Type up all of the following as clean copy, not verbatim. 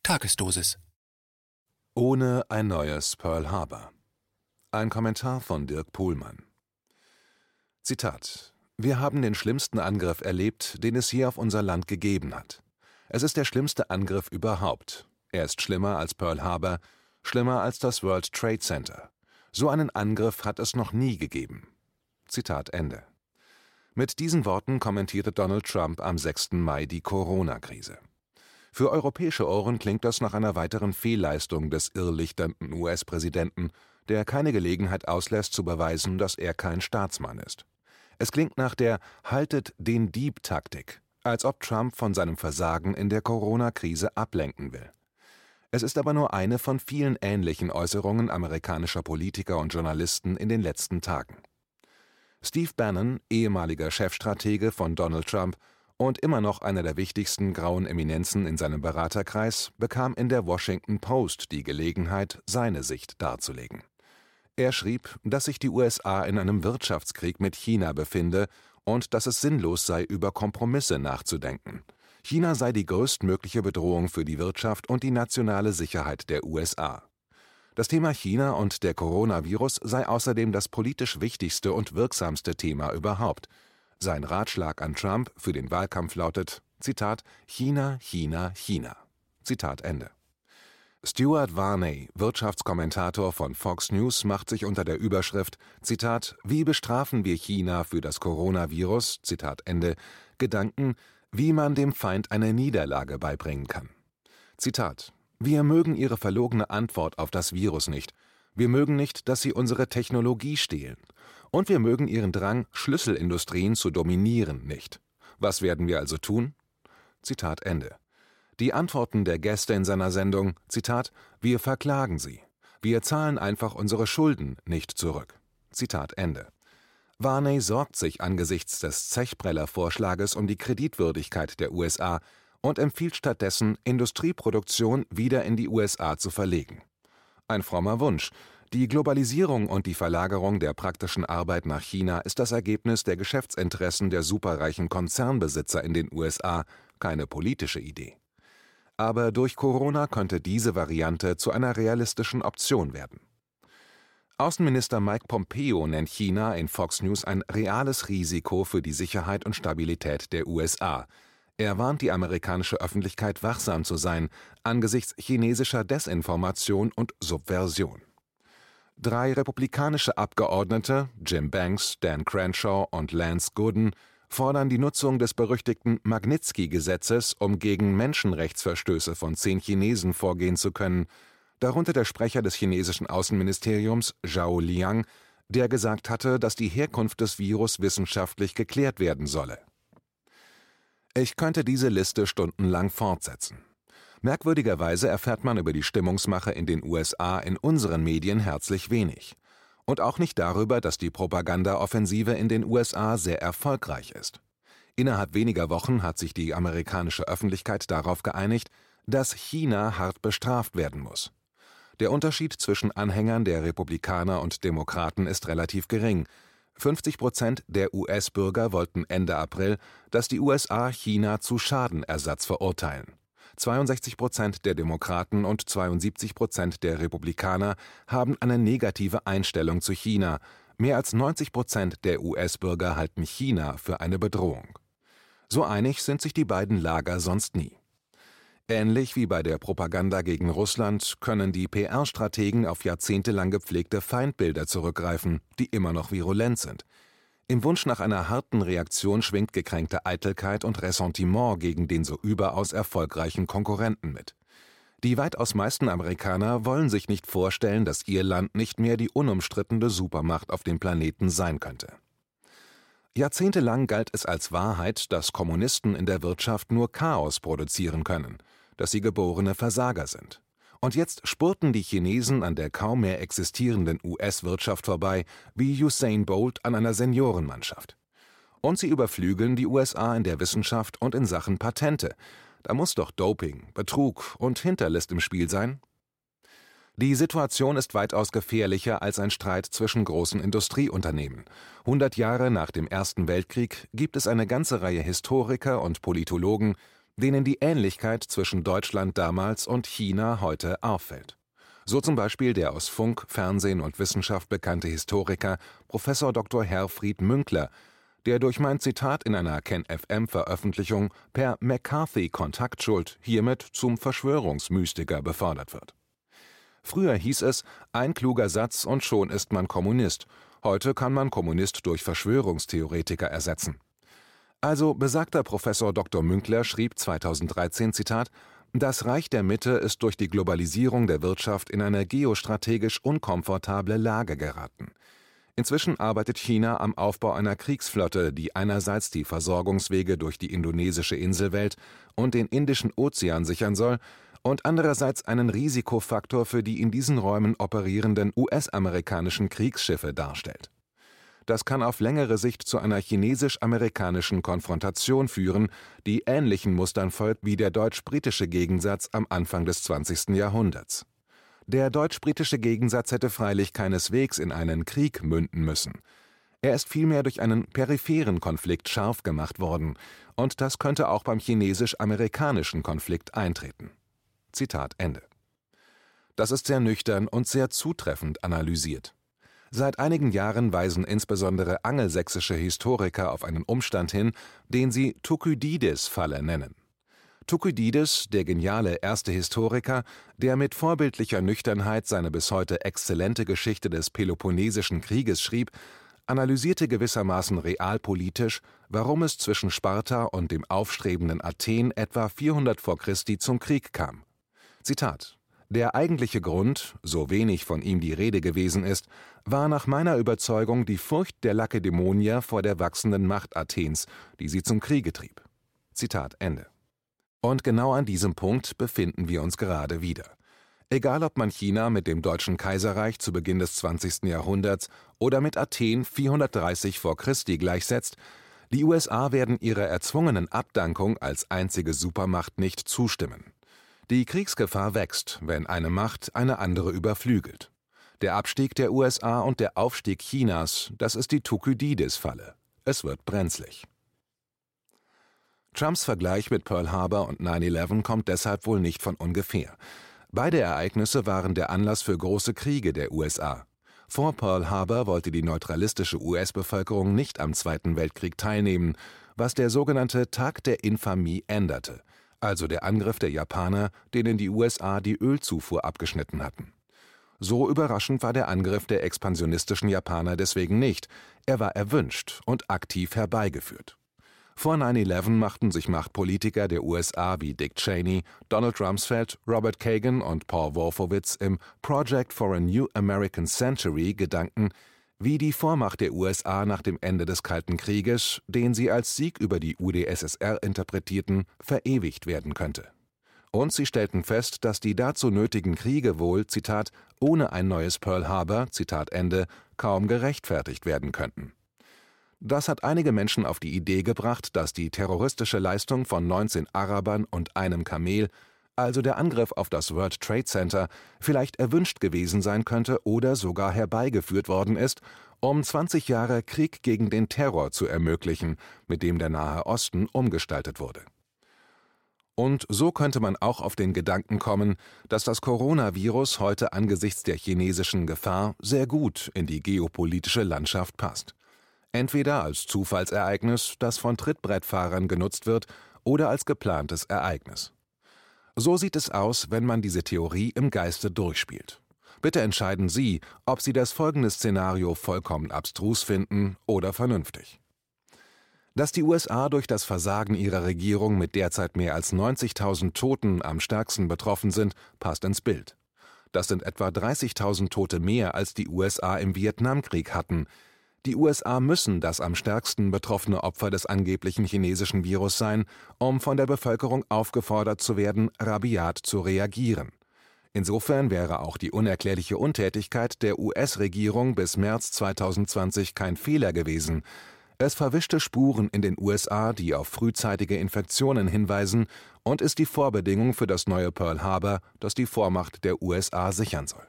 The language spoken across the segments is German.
Tagesdosis. Ohne ein neues Pearl Harbor. Ein Kommentar von Dirk Pohlmann. Zitat: Wir haben den schlimmsten Angriff erlebt, den es je auf unser Land gegeben hat. Es ist der schlimmste Angriff überhaupt. Er ist schlimmer als Pearl Harbor, schlimmer als das World Trade Center. So einen Angriff hat es noch nie gegeben. Zitat Ende. Mit diesen Worten kommentierte Donald Trump am 6. Mai die Corona-Krise. Für europäische Ohren klingt das nach einer weiteren Fehlleistung des irrlichternden US-Präsidenten, der keine Gelegenheit auslässt zu beweisen, dass er kein Staatsmann ist. Es klingt nach der Haltet-den-Dieb-Taktik, als ob Trump von seinem Versagen in der Corona-Krise ablenken will. Es ist aber nur eine von vielen ähnlichen Äußerungen amerikanischer Politiker und Journalisten in den letzten Tagen. Steve Bannon, ehemaliger Chefstratege von Donald Trump und immer noch einer der wichtigsten grauen Eminenzen in seinem Beraterkreis, bekam in der Washington Post die Gelegenheit, seine Sicht darzulegen. Er schrieb, dass sich die USA in einem Wirtschaftskrieg mit China befinde und dass es sinnlos sei, über Kompromisse nachzudenken. China sei die größtmögliche Bedrohung für die Wirtschaft und die nationale Sicherheit der USA. Das Thema China und der Coronavirus sei außerdem das politisch wichtigste und wirksamste Thema überhaupt. Sein Ratschlag an Trump für den Wahlkampf lautet, Zitat, China, China, China. Zitat Ende. Stuart Varney, Wirtschaftskommentator von Fox News, macht sich unter der Überschrift, Zitat, wie bestrafen wir China für das Coronavirus, Zitat Ende, Gedanken, wie man dem Feind eine Niederlage beibringen kann. Zitat, wir mögen ihre verlogene Antwort auf das Virus nicht. Wir mögen nicht, dass sie unsere Technologie stehlen. Und wir mögen ihren Drang, Schlüsselindustrien zu dominieren, nicht. Was werden wir also tun? Zitat Ende. Die Antworten der Gäste in seiner Sendung, Zitat, wir verklagen sie. Wir zahlen einfach unsere Schulden nicht zurück. Zitat Ende. Varney sorgt sich angesichts des Zechpreller-Vorschlages um die Kreditwürdigkeit der USA und empfiehlt stattdessen, Industrieproduktion wieder in die USA zu verlegen. Ein frommer Wunsch. Die Globalisierung und die Verlagerung der praktischen Arbeit nach China ist das Ergebnis der Geschäftsinteressen der superreichen Konzernbesitzer in den USA, keine politische Idee. Aber durch Corona könnte diese Variante zu einer realistischen Option werden. Außenminister Mike Pompeo nennt China in Fox News ein reales Risiko für die Sicherheit und Stabilität der USA. Er warnt die amerikanische Öffentlichkeit, wachsam zu sein angesichts chinesischer Desinformation und Subversion. 3 republikanische Abgeordnete, Jim Banks, Dan Crenshaw und Lance Gooden, fordern die Nutzung des berüchtigten Magnitsky-Gesetzes, um gegen Menschenrechtsverstöße von 10 Chinesen vorgehen zu können, darunter der Sprecher des chinesischen Außenministeriums, Zhao Liang, der gesagt hatte, dass die Herkunft des Virus wissenschaftlich geklärt werden solle. Ich könnte diese Liste stundenlang fortsetzen. Merkwürdigerweise erfährt man über die Stimmungsmache in den USA in unseren Medien herzlich wenig. Und auch nicht darüber, dass die Propagandaoffensive in den USA sehr erfolgreich ist. Innerhalb weniger Wochen hat sich die amerikanische Öffentlichkeit darauf geeinigt, dass China hart bestraft werden muss. Der Unterschied zwischen Anhängern der Republikaner und Demokraten ist relativ gering. 50% der US-Bürger wollten Ende April, dass die USA China zu Schadenersatz verurteilen. 62% der Demokraten und 72% der Republikaner haben eine negative Einstellung zu China. Mehr als 90% der US-Bürger halten China für eine Bedrohung. So einig sind sich die beiden Lager sonst nie. Ähnlich wie bei der Propaganda gegen Russland können die PR-Strategen auf jahrzehntelang gepflegte Feindbilder zurückgreifen, die immer noch virulent sind. Im Wunsch nach einer harten Reaktion schwingt gekränkte Eitelkeit und Ressentiment gegen den so überaus erfolgreichen Konkurrenten mit. Die weitaus meisten Amerikaner wollen sich nicht vorstellen, dass ihr Land nicht mehr die unumstrittene Supermacht auf dem Planeten sein könnte. Jahrzehntelang galt es als Wahrheit, dass Kommunisten in der Wirtschaft nur Chaos produzieren können, dass sie geborene Versager sind. Und jetzt spurten die Chinesen an der kaum mehr existierenden US-Wirtschaft vorbei, wie Usain Bolt an einer Seniorenmannschaft. Und sie überflügeln die USA in der Wissenschaft und in Sachen Patente. Da muss doch Doping, Betrug und Hinterlist im Spiel sein? Die Situation ist weitaus gefährlicher als ein Streit zwischen großen Industrieunternehmen. 100 Jahre nach dem Ersten Weltkrieg gibt es eine ganze Reihe Historiker und Politologen, denen die Ähnlichkeit zwischen Deutschland damals und China heute auffällt. So zum Beispiel der aus Funk, Fernsehen und Wissenschaft bekannte Historiker Prof. Dr. Herfried Münkler, der durch mein Zitat in einer KenFM-Veröffentlichung per McCarthy-Kontaktschuld hiermit zum Verschwörungsmystiker befördert wird. Früher hieß es, ein kluger Satz und schon ist man Kommunist. Heute kann man Kommunist durch Verschwörungstheoretiker ersetzen. Also besagter Professor Dr. Münkler schrieb 2013, Zitat, das Reich der Mitte ist durch die Globalisierung der Wirtschaft in eine geostrategisch unkomfortable Lage geraten. Inzwischen arbeitet China am Aufbau einer Kriegsflotte, die einerseits die Versorgungswege durch die indonesische Inselwelt und den Indischen Ozean sichern soll und andererseits einen Risikofaktor für die in diesen Räumen operierenden US-amerikanischen Kriegsschiffe darstellt. Das kann auf längere Sicht zu einer chinesisch-amerikanischen Konfrontation führen, die ähnlichen Mustern folgt wie der deutsch-britische Gegensatz am Anfang des 20. Jahrhunderts. Der deutsch-britische Gegensatz hätte freilich keineswegs in einen Krieg münden müssen. Er ist vielmehr durch einen peripheren Konflikt scharf gemacht worden, und das könnte auch beim chinesisch-amerikanischen Konflikt eintreten. Zitat Ende. Das ist sehr nüchtern und sehr zutreffend analysiert. Seit einigen Jahren weisen insbesondere angelsächsische Historiker auf einen Umstand hin, den sie Thukydides-Falle nennen. Thukydides, der geniale erste Historiker, der mit vorbildlicher Nüchternheit seine bis heute exzellente Geschichte des Peloponnesischen Krieges schrieb, analysierte gewissermaßen realpolitisch, warum es zwischen Sparta und dem aufstrebenden Athen etwa 400 vor Christi zum Krieg kam. Zitat: Der eigentliche Grund, so wenig von ihm die Rede gewesen ist, war nach meiner Überzeugung die Furcht der Lakedämonier vor der wachsenden Macht Athens, die sie zum Kriege trieb. Zitat Ende. Und genau an diesem Punkt befinden wir uns gerade wieder. Egal ob man China mit dem Deutschen Kaiserreich zu Beginn des 20. Jahrhunderts oder mit Athen 430 vor Christi gleichsetzt, die USA werden ihrer erzwungenen Abdankung als einzige Supermacht nicht zustimmen. Die Kriegsgefahr wächst, wenn eine Macht eine andere überflügelt. Der Abstieg der USA und der Aufstieg Chinas, das ist die Thukydides-Falle. Es wird brenzlig. Trumps Vergleich mit Pearl Harbor und 9/11 kommt deshalb wohl nicht von ungefähr. Beide Ereignisse waren der Anlass für große Kriege der USA. Vor Pearl Harbor wollte die neutralistische US-Bevölkerung nicht am Zweiten Weltkrieg teilnehmen, was der sogenannte Tag der Infamie änderte, also der Angriff der Japaner, denen die USA die Ölzufuhr abgeschnitten hatten. So überraschend war der Angriff der expansionistischen Japaner deswegen nicht, er war erwünscht und aktiv herbeigeführt. Vor 9/11 machten sich Machtpolitiker der USA wie Dick Cheney, Donald Rumsfeld, Robert Kagan und Paul Wolfowitz im Project for a New American Century Gedanken, wie die Vormacht der USA nach dem Ende des Kalten Krieges, den sie als Sieg über die UdSSR interpretierten, verewigt werden könnte. Und sie stellten fest, dass die dazu nötigen Kriege wohl, Zitat, ohne ein neues Pearl Harbor, Zitat Ende, kaum gerechtfertigt werden könnten. Das hat einige Menschen auf die Idee gebracht, dass die terroristische Leistung von 19 Arabern und einem Kamel, also der Angriff auf das World Trade Center, vielleicht erwünscht gewesen sein könnte oder sogar herbeigeführt worden ist, um 20 Jahre Krieg gegen den Terror zu ermöglichen, mit dem der Nahe Osten umgestaltet wurde. Und so könnte man auch auf den Gedanken kommen, dass das Coronavirus heute angesichts der chinesischen Gefahr sehr gut in die geopolitische Landschaft passt. Entweder als Zufallsereignis, das von Trittbrettfahrern genutzt wird, oder als geplantes Ereignis. So sieht es aus, wenn man diese Theorie im Geiste durchspielt. Bitte entscheiden Sie, ob Sie das folgende Szenario vollkommen abstrus finden oder vernünftig. Dass die USA durch das Versagen ihrer Regierung mit derzeit mehr als 90.000 Toten am stärksten betroffen sind, passt ins Bild. Das sind etwa 30.000 Tote mehr, als die USA im Vietnamkrieg hatten. Die USA müssen das am stärksten betroffene Opfer des angeblichen chinesischen Virus sein, um von der Bevölkerung aufgefordert zu werden, rabiat zu reagieren. Insofern wäre auch die unerklärliche Untätigkeit der US-Regierung bis März 2020 kein Fehler gewesen. Es verwischte Spuren in den USA, die auf frühzeitige Infektionen hinweisen, und ist die Vorbedingung für das neue Pearl Harbor, das die Vormacht der USA sichern soll.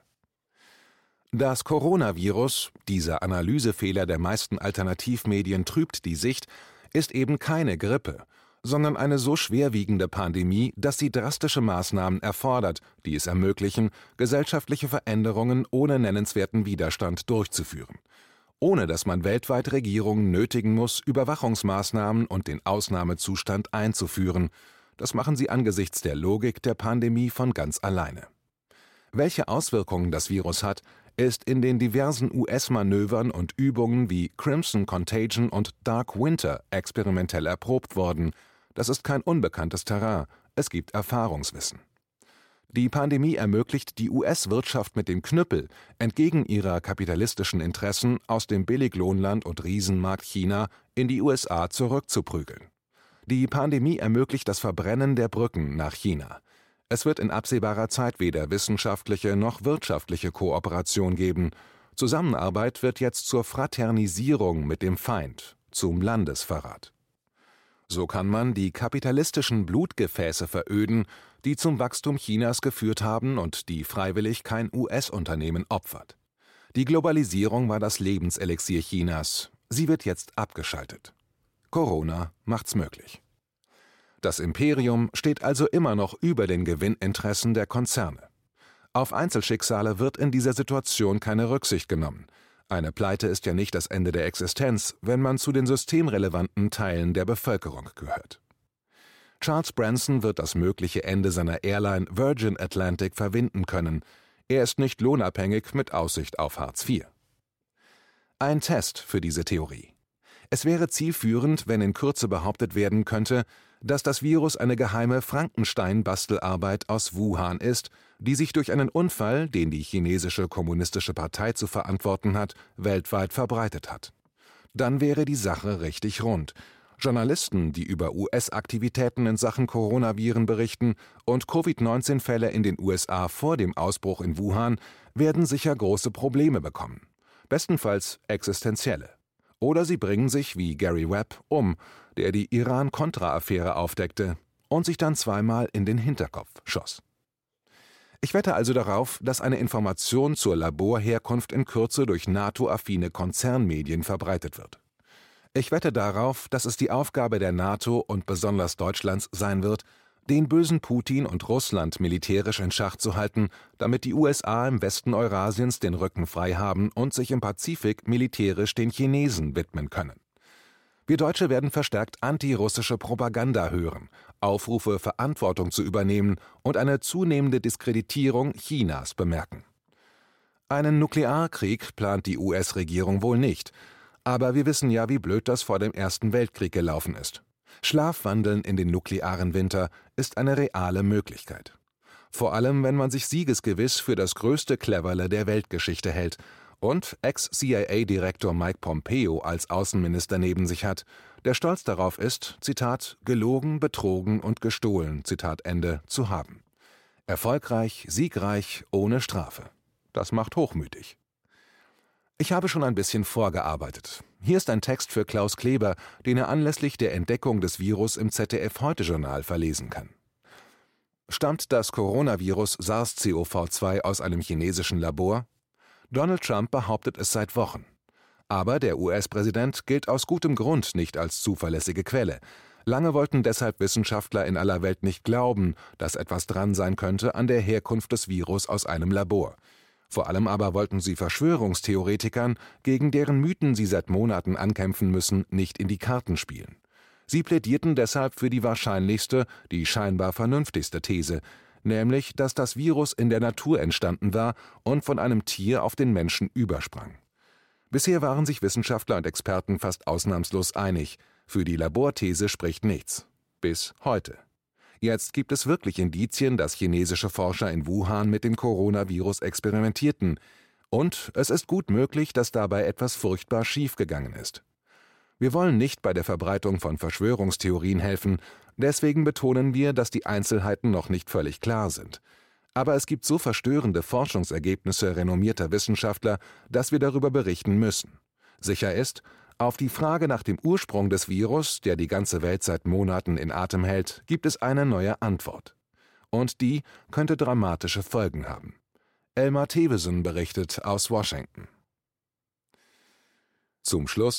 Das Coronavirus, dieser Analysefehler der meisten Alternativmedien trübt die Sicht, ist eben keine Grippe, sondern eine so schwerwiegende Pandemie, dass sie drastische Maßnahmen erfordert, die es ermöglichen, gesellschaftliche Veränderungen ohne nennenswerten Widerstand durchzuführen. Ohne dass man weltweit Regierungen nötigen muss, Überwachungsmaßnahmen und den Ausnahmezustand einzuführen. Das machen sie angesichts der Logik der Pandemie von ganz alleine. Welche Auswirkungen das Virus hat, ist in den diversen US-Manövern und Übungen wie Crimson Contagion und Dark Winter experimentell erprobt worden. Das ist kein unbekanntes Terrain, es gibt Erfahrungswissen. Die Pandemie ermöglicht die US-Wirtschaft mit dem Knüppel, entgegen ihrer kapitalistischen Interessen aus dem Billiglohnland und Riesenmarkt China in die USA zurückzuprügeln. Die Pandemie ermöglicht das Verbrennen der Brücken nach China. Es wird in absehbarer Zeit weder wissenschaftliche noch wirtschaftliche Kooperation geben. Zusammenarbeit wird jetzt zur Fraternisierung mit dem Feind, zum Landesverrat. So kann man die kapitalistischen Blutgefäße veröden, die zum Wachstum Chinas geführt haben und die freiwillig kein US-Unternehmen opfert. Die Globalisierung war das Lebenselixier Chinas. Sie wird jetzt abgeschaltet. Corona macht's möglich. Das Imperium steht also immer noch über den Gewinninteressen der Konzerne. Auf Einzelschicksale wird in dieser Situation keine Rücksicht genommen. Eine Pleite ist ja nicht das Ende der Existenz, wenn man zu den systemrelevanten Teilen der Bevölkerung gehört. Charles Branson wird das mögliche Ende seiner Airline Virgin Atlantic verwinden können. Er ist nicht lohnabhängig mit Aussicht auf Hartz IV. Ein Test für diese Theorie. Es wäre zielführend, wenn in Kürze behauptet werden könnte, dass das Virus eine geheime Frankenstein-Bastelarbeit aus Wuhan ist, die sich durch einen Unfall, den die chinesische Kommunistische Partei zu verantworten hat, weltweit verbreitet hat. Dann wäre die Sache richtig rund. Journalisten, die über US-Aktivitäten in Sachen Coronaviren berichten und Covid-19-Fälle in den USA vor dem Ausbruch in Wuhan, werden sicher große Probleme bekommen. Bestenfalls existenzielle. Oder sie bringen sich wie Gary Webb um, der die Iran-Contra-Affäre aufdeckte und sich dann zweimal in den Hinterkopf schoss. Ich wette also darauf, dass eine Information zur Laborherkunft in Kürze durch NATO-affine Konzernmedien verbreitet wird. Ich wette darauf, dass es die Aufgabe der NATO und besonders Deutschlands sein wird, den bösen Putin und Russland militärisch in Schach zu halten, damit die USA im Westen Eurasiens den Rücken frei haben und sich im Pazifik militärisch den Chinesen widmen können. Wir Deutsche werden verstärkt antirussische Propaganda hören, Aufrufe, Verantwortung zu übernehmen und eine zunehmende Diskreditierung Chinas bemerken. Einen Nuklearkrieg plant die US-Regierung wohl nicht, aber wir wissen ja, wie blöd das vor dem Ersten Weltkrieg gelaufen ist. Schlafwandeln in den nuklearen Winter ist eine reale Möglichkeit. Vor allem, wenn man sich siegesgewiss für das größte Cleverle der Weltgeschichte hält und Ex-CIA-Direktor Mike Pompeo als Außenminister neben sich hat, der stolz darauf ist, Zitat, gelogen, betrogen und gestohlen, Zitat Ende, zu haben. Erfolgreich, siegreich, ohne Strafe. Das macht hochmütig. Ich habe schon ein bisschen vorgearbeitet. Hier ist ein Text für Klaus Kleber, den er anlässlich der Entdeckung des Virus im ZDF-Heute-Journal verlesen kann. Stammt das Coronavirus SARS-CoV-2 aus einem chinesischen Labor? Donald Trump behauptet es seit Wochen. Aber der US-Präsident gilt aus gutem Grund nicht als zuverlässige Quelle. Lange wollten deshalb Wissenschaftler in aller Welt nicht glauben, dass etwas dran sein könnte an der Herkunft des Virus aus einem Labor. Vor allem aber wollten sie Verschwörungstheoretikern, gegen deren Mythen sie seit Monaten ankämpfen müssen, nicht in die Karten spielen. Sie plädierten deshalb für die wahrscheinlichste, die scheinbar vernünftigste These, nämlich, dass das Virus in der Natur entstanden war und von einem Tier auf den Menschen übersprang. Bisher waren sich Wissenschaftler und Experten fast ausnahmslos einig, für die Laborthese spricht nichts. Bis heute. Jetzt gibt es wirklich Indizien, dass chinesische Forscher in Wuhan mit dem Coronavirus experimentierten. Und es ist gut möglich, dass dabei etwas furchtbar schiefgegangen ist. Wir wollen nicht bei der Verbreitung von Verschwörungstheorien helfen, deswegen betonen wir, dass die Einzelheiten noch nicht völlig klar sind. Aber es gibt so verstörende Forschungsergebnisse renommierter Wissenschaftler, dass wir darüber berichten müssen. Sicher ist, auf die Frage nach dem Ursprung des Virus, der die ganze Welt seit Monaten in Atem hält, gibt es eine neue Antwort. Und die könnte dramatische Folgen haben. Elmar Thewissen berichtet aus Washington. Zum Schluss: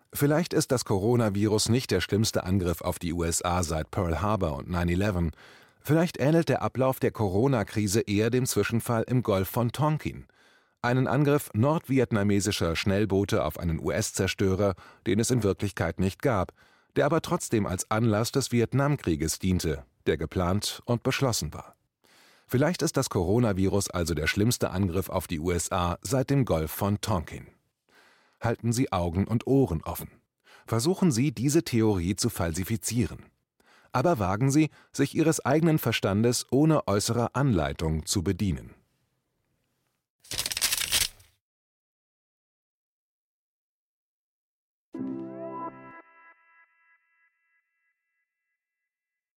Vielleicht ist das Coronavirus nicht der schlimmste Angriff auf die USA seit Pearl Harbor und 9/11. Vielleicht ähnelt der Ablauf der Corona-Krise eher dem Zwischenfall im Golf von Tonkin. Einen Angriff nordvietnamesischer Schnellboote auf einen US-Zerstörer, den es in Wirklichkeit nicht gab, der aber trotzdem als Anlass des Vietnamkrieges diente, der geplant und beschlossen war. Vielleicht ist das Coronavirus also der schlimmste Angriff auf die USA seit dem Golf von Tonkin. Halten Sie Augen und Ohren offen. Versuchen Sie, diese Theorie zu falsifizieren. Aber wagen Sie, sich Ihres eigenen Verstandes ohne äußere Anleitung zu bedienen.